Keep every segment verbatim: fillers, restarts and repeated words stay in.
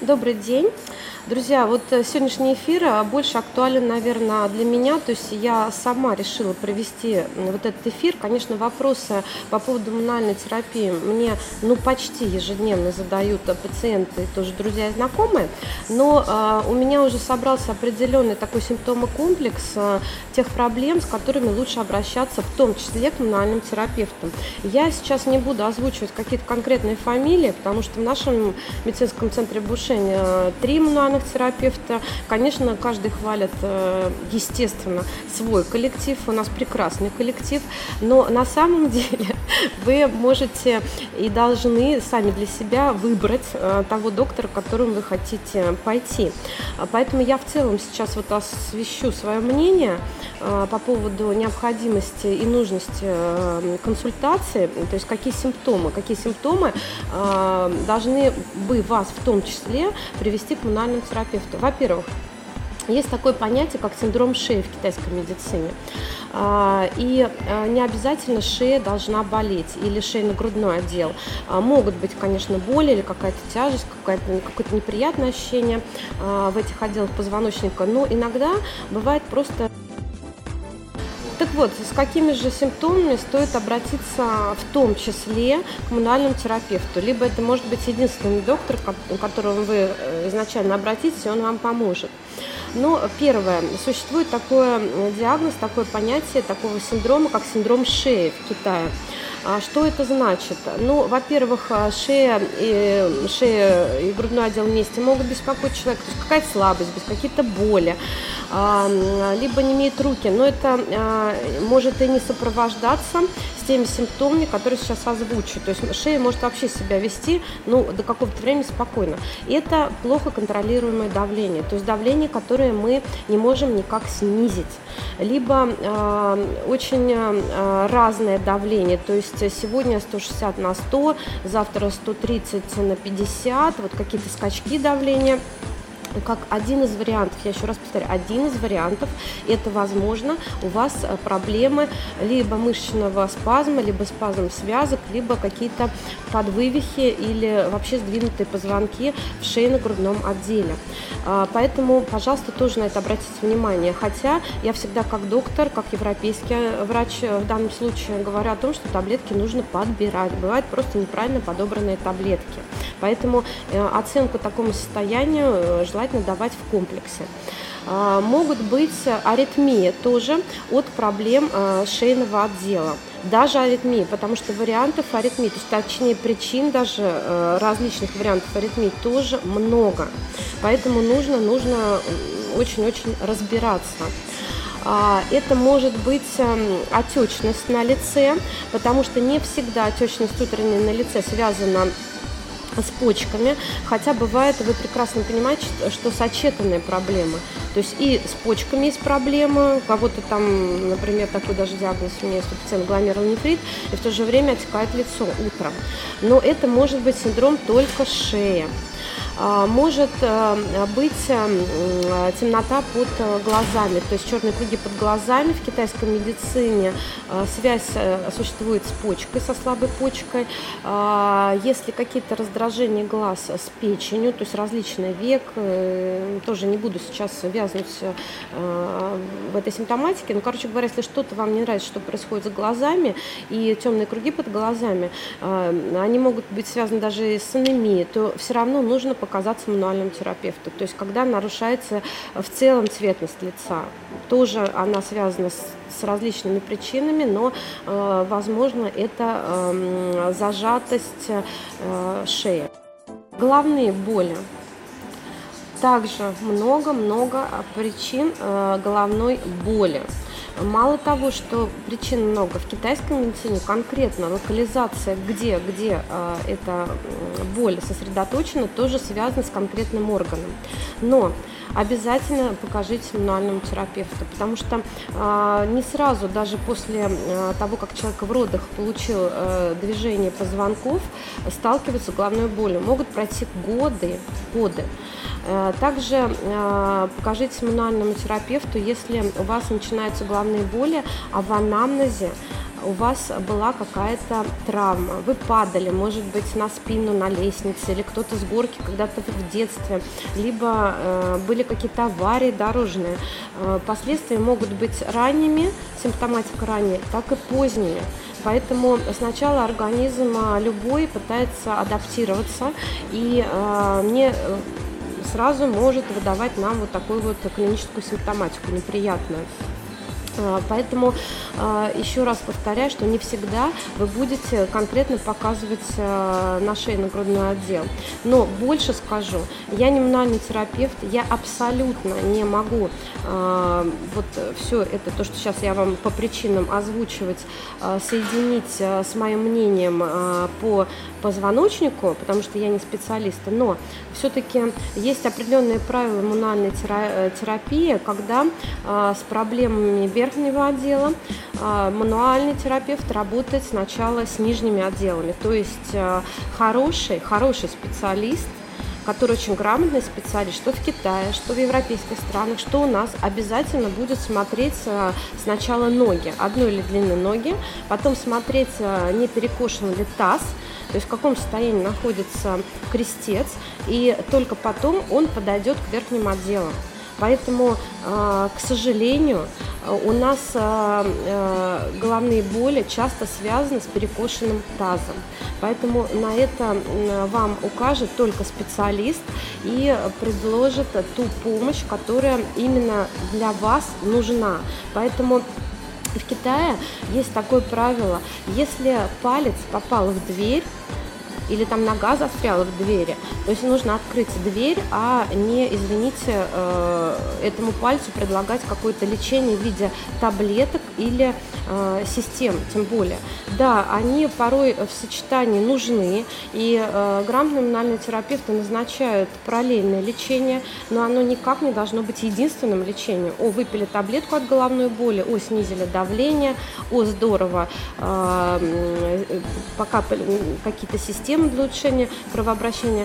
Добрый день. Друзья, вот э, сегодняшний эфир а, больше актуален, наверное, для меня. То есть я сама решила провести м, вот этот эфир. Конечно, вопросы по поводу мануальной терапии мне ну почти ежедневно задают а, пациенты, тоже друзья и знакомые. Но а, у меня уже собрался определенный такой симптомокомплекс а, тех проблем, с которыми лучше обращаться, в том числе к мануальным терапевтам. Я сейчас не буду озвучивать какие-то конкретные фамилии, потому что в нашем медицинском центре обучения три мануальных терапевта. Конечно, каждый хвалит, э, естественно, свой коллектив. У нас прекрасный коллектив. Но на самом деле вы можете и должны сами для себя выбрать э, того доктора, к которому вы хотите пойти. А Поэтому я в целом сейчас вот освещу свое мнение э, по поводу необходимости и нужности э, консультации, то есть какие симптомы, какие симптомы э, должны бы вас в том числе привести к мануальному терапевту. Во-первых, есть такое понятие, как синдром шеи в китайской медицине. А, И а, не обязательно шея должна болеть или шейно-грудной отдел. А, Могут быть, конечно, боли или какая-то тяжесть, какая-то- какое-то неприятное ощущение а, в этих отделах позвоночника, но иногда бывает просто. Так вот, с какими же симптомами стоит обратиться в том числе к мануальному терапевту? Либо это может быть единственный доктор, к ко- которому вы э, изначально обратитесь, и он вам поможет. Но первое, существует такой м, диагноз, такое понятие такого синдрома, как синдром шеи в Китае. А Что это значит? Ну, во-первых, а, шея и, шея и грудной отдел вместе могут беспокоить человека, то есть какая-то слабость, без какие-то боли, а, м, либо не имеет руки, но это а, может и не сопровождаться с теми симптомами, которые сейчас озвучу. То есть шея может вообще себя вести ну, до какого-то времени спокойно. И это плохо контролируемое давление, то есть давление, которое мы не можем никак снизить. Либо э, очень э, разное давление, то есть сегодня сто шестьдесят на сто, завтра сто тридцать на пятьдесят, вот какие-то скачки давления. Как один из вариантов, я еще раз повторяю, один из вариантов, это, возможно, у вас э, проблемы либо мышечного спазма, либо спазм связок, либо какие-то подвывихи или вообще сдвинутые позвонки в шейно-грудном отделе. А, Поэтому, пожалуйста, тоже на это обратите внимание. Хотя я всегда как доктор, как европейский врач э, в данном случае говорю о том, что таблетки нужно подбирать. Бывают просто неправильно подобранные таблетки. Поэтому э, оценку такому состоянию э, желательно давать в комплексе. А, Могут быть аритмии тоже от проблем э, шейного отдела. Даже аритмии, потому что вариантов аритмии, то есть точнее причин даже э, различных вариантов аритмии тоже много. Поэтому нужно, нужно м, очень-очень разбираться. А, Это может быть эм, отечность на лице, потому что не всегда отечность утренняя на лице связана с почками, хотя бывает, вы прекрасно понимаете, что что сочетанные проблемы. То есть и с почками есть проблемы, у кого-то там, например, такой даже диагноз у меня есть у пациента гломерулонефрит, и в то же время отекает лицо утром. Но это может быть синдром только шеи. А, Может э, быть э, м, темнота под э, глазами, то есть черные круги под глазами. В китайской медицине э, связь э, существует с почкой, со слабой почкой. А, Если какие-то раздражения глаз с печенью, то есть различные век, э, тоже не буду сейчас вязнуть э, в этой симптоматике, но, короче говоря, если что-то вам не нравится, что происходит с глазами, и темные круги под глазами, э, они могут быть связаны даже и с анемией, то все равно нужно показаться мануальному терапевту. То есть когда нарушается в целом цветность лица, тоже она связана с, с различными причинами, но, э, возможно, это эм, зажатость э, шеи. Головные боли. Также много-много причин э, головной боли. Мало того, что причин много в китайской медицине, конкретно локализация, где, где э, эта м, боль сосредоточена, тоже связана с конкретным органом. Но обязательно покажите мануальному терапевту, потому что э, не сразу, даже после э, того, как человек в родах получил э, движение позвонков, сталкиваются с головной болью. Могут пройти годы, годы. Э, Также э, покажите мануальному терапевту, если у вас начинаются головные боли, а в анамнезе у вас была какая-то травма, вы падали, может быть, на спину на лестнице, или кто-то с горки когда-то в детстве, либо э, были какие-то аварии дорожные. Э, последствия могут быть ранними, симптоматика ранее, так и поздними. Поэтому сначала организм любой пытается адаптироваться и э, не сразу может выдавать нам вот такую вот клиническую симптоматику неприятную. Поэтому еще раз повторяю, что не всегда вы будете конкретно показывать на шейно-грудной отдел. Но больше скажу, я не мануальный терапевт, я абсолютно не могу вот все это, то, что сейчас я вам по причинам озвучивать, соединить с моим мнением по позвоночнику, потому что я не специалист, но все-таки есть определенные правила мануальной терапии, когда с проблемами верхнего отдела мануальный терапевт работает сначала с нижними отделами, то есть хороший, хороший специалист, который очень грамотный специалист, что в Китае, что в европейских странах, что у нас, обязательно будет смотреть сначала ноги, одной или длины ноги, потом смотреть, не перекошен ли таз, то есть в каком состоянии находится крестец, и только потом он подойдет к верхним отделам. Поэтому, к сожалению, у нас головные боли часто связаны с перекошенным тазом. Поэтому на это вам укажет только специалист и предложит ту помощь, которая именно для вас нужна. Поэтому в Китае есть такое правило: если палец попал в дверь, или там нога застряла в двери, то есть нужно открыть дверь, а не, извините, этому пальцу предлагать какое-то лечение в виде таблеток или систем, тем более. Да, они порой в сочетании нужны, и грамотные мануальные терапевты назначают параллельное лечение, но оно никак не должно быть единственным лечением. О, выпили таблетку от головной боли, о, снизили давление, о, здорово, покапали какие-то системы для улучшения кровообращения,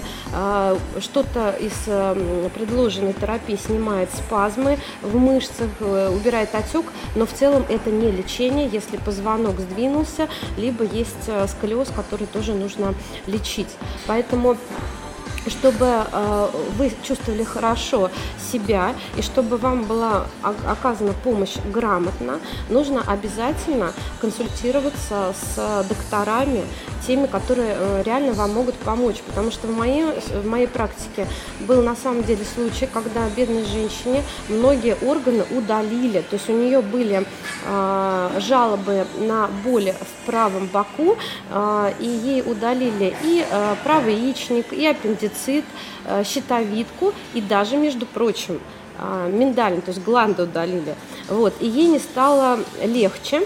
что-то из предложенной терапии снимает спазмы в мышцах, убирает отек, но в целом это не лечение, если позвонок сдвинулся, либо есть сколиоз, который тоже нужно лечить. Поэтому, чтобы э, вы чувствовали хорошо себя и чтобы вам была оказана помощь грамотно, нужно обязательно консультироваться с докторами, теми, которые э, реально вам могут помочь. Потому что в моей, в моей практике был на самом деле случай, когда бедной женщине многие органы удалили. То есть у нее были э, жалобы на боли в правом боку, э, и ей удалили и э, правый яичник, и аппендицит, щитовидку и даже, между прочим, миндалин, то есть гланды удалили. Вот. И ей не стало легче,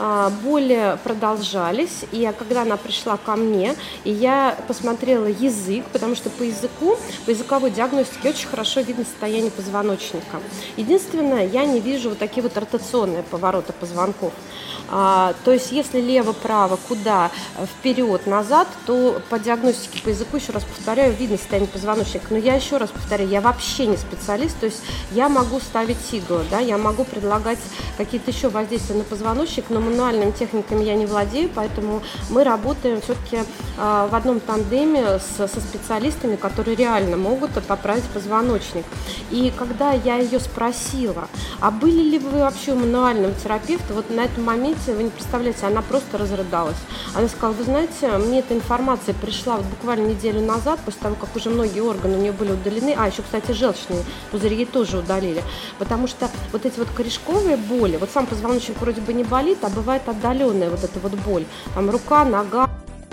боли продолжались, и когда она пришла ко мне, и я посмотрела язык, потому что по языку, по языковой диагностике очень хорошо видно состояние позвоночника. Единственное, я не вижу вот такие вот ротационные повороты позвонков. А, то есть если лево-право, куда, вперед, назад, то по диагностике по языку, еще раз повторяю, видно состояние позвоночника. Но я еще раз повторяю, я вообще не специалист, то есть я могу ставить иглы, да, я могу предлагать какие-то еще воздействия на позвоночник, но мануальными техниками я не владею, поэтому мы работаем все-таки а, в одном тандеме с, со специалистами, которые реально могут поправить позвоночник. И когда я ее спросила, а были ли вы вообще у мануального терапевта, вот на этом моменте, вы не представляете, она просто разрыдалась. Она сказала: вы знаете, мне эта информация пришла вот буквально неделю назад, после того, как уже многие органы у нее были удалены, а еще, кстати, желчные пузыри ей тоже удалили, потому что вот эти вот корешковые боли, вот сам позвоночник вроде бы не болит, а бывает отдаленная вот эта вот боль, там рука, нога.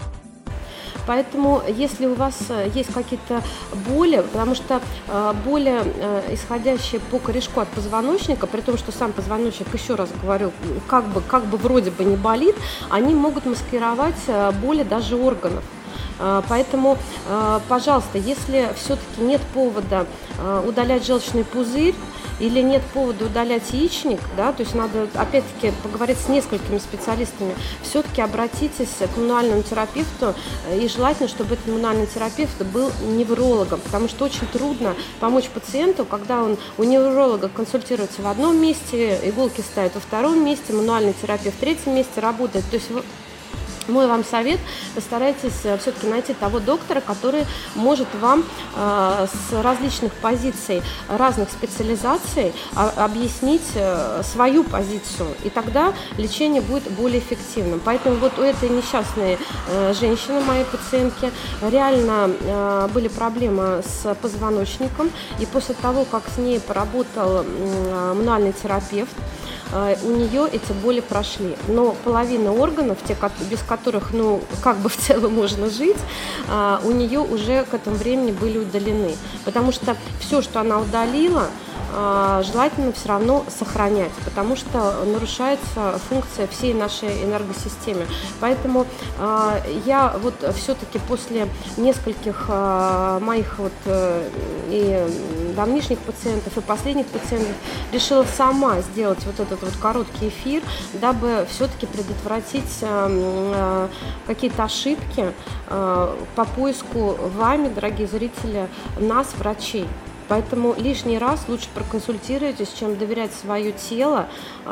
Поэтому, если у вас есть какие-то боли, потому что э, боли, э, исходящие по корешку от позвоночника, при том, что сам позвоночник, еще раз говорю, как бы, как бы вроде бы не болит, они могут маскировать боли даже органов. А, Поэтому, а, пожалуйста, если все-таки нет повода а, удалять желчный пузырь или нет повода удалять яичник, да, то есть надо опять-таки поговорить с несколькими специалистами, все-таки обратитесь к мануальному терапевту, э, и желательно, чтобы этот мануальный терапевт был неврологом, потому что очень трудно помочь пациенту, когда он у невролога консультируется в одном месте, иголки ставят во втором месте, мануальный терапевт в третьем месте работает. То есть мой вам совет: постарайтесь все-таки найти того доктора, который может вам э, с различных позиций, разных специализаций а, объяснить э, свою позицию, и тогда лечение будет более эффективным. Поэтому вот у этой несчастной э, женщины, моей пациентки, реально э, были проблемы с позвоночником, и после того, как с ней поработал э, мануальный терапевт, у нее эти боли прошли. Но половина органов, те, без которых, ну, как бы в целом можно жить, у нее уже к этому времени были удалены. Потому что все, что она удалила, желательно все равно сохранять, потому что нарушается функция всей нашей энергосистемы. Поэтому э, я вот все-таки после нескольких э, моих вот э, и давнишних пациентов, и последних пациентов решила сама сделать вот этот вот короткий эфир, дабы все-таки предотвратить э, э, какие-то ошибки э, по поиску вами, дорогие зрители, нас, врачей. Поэтому лишний раз лучше проконсультируйтесь, чем доверять свое тело, э,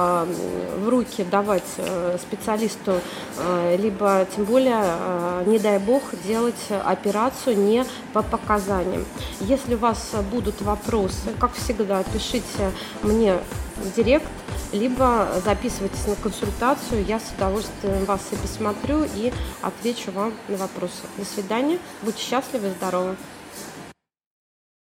в руки давать э, специалисту, э, либо тем более, э, не дай бог, делать операцию не по показаниям. Если у вас будут вопросы, как всегда, пишите мне в директ, либо записывайтесь на консультацию, я с удовольствием вас и посмотрю и отвечу вам на вопросы. До свидания, будьте счастливы и здоровы.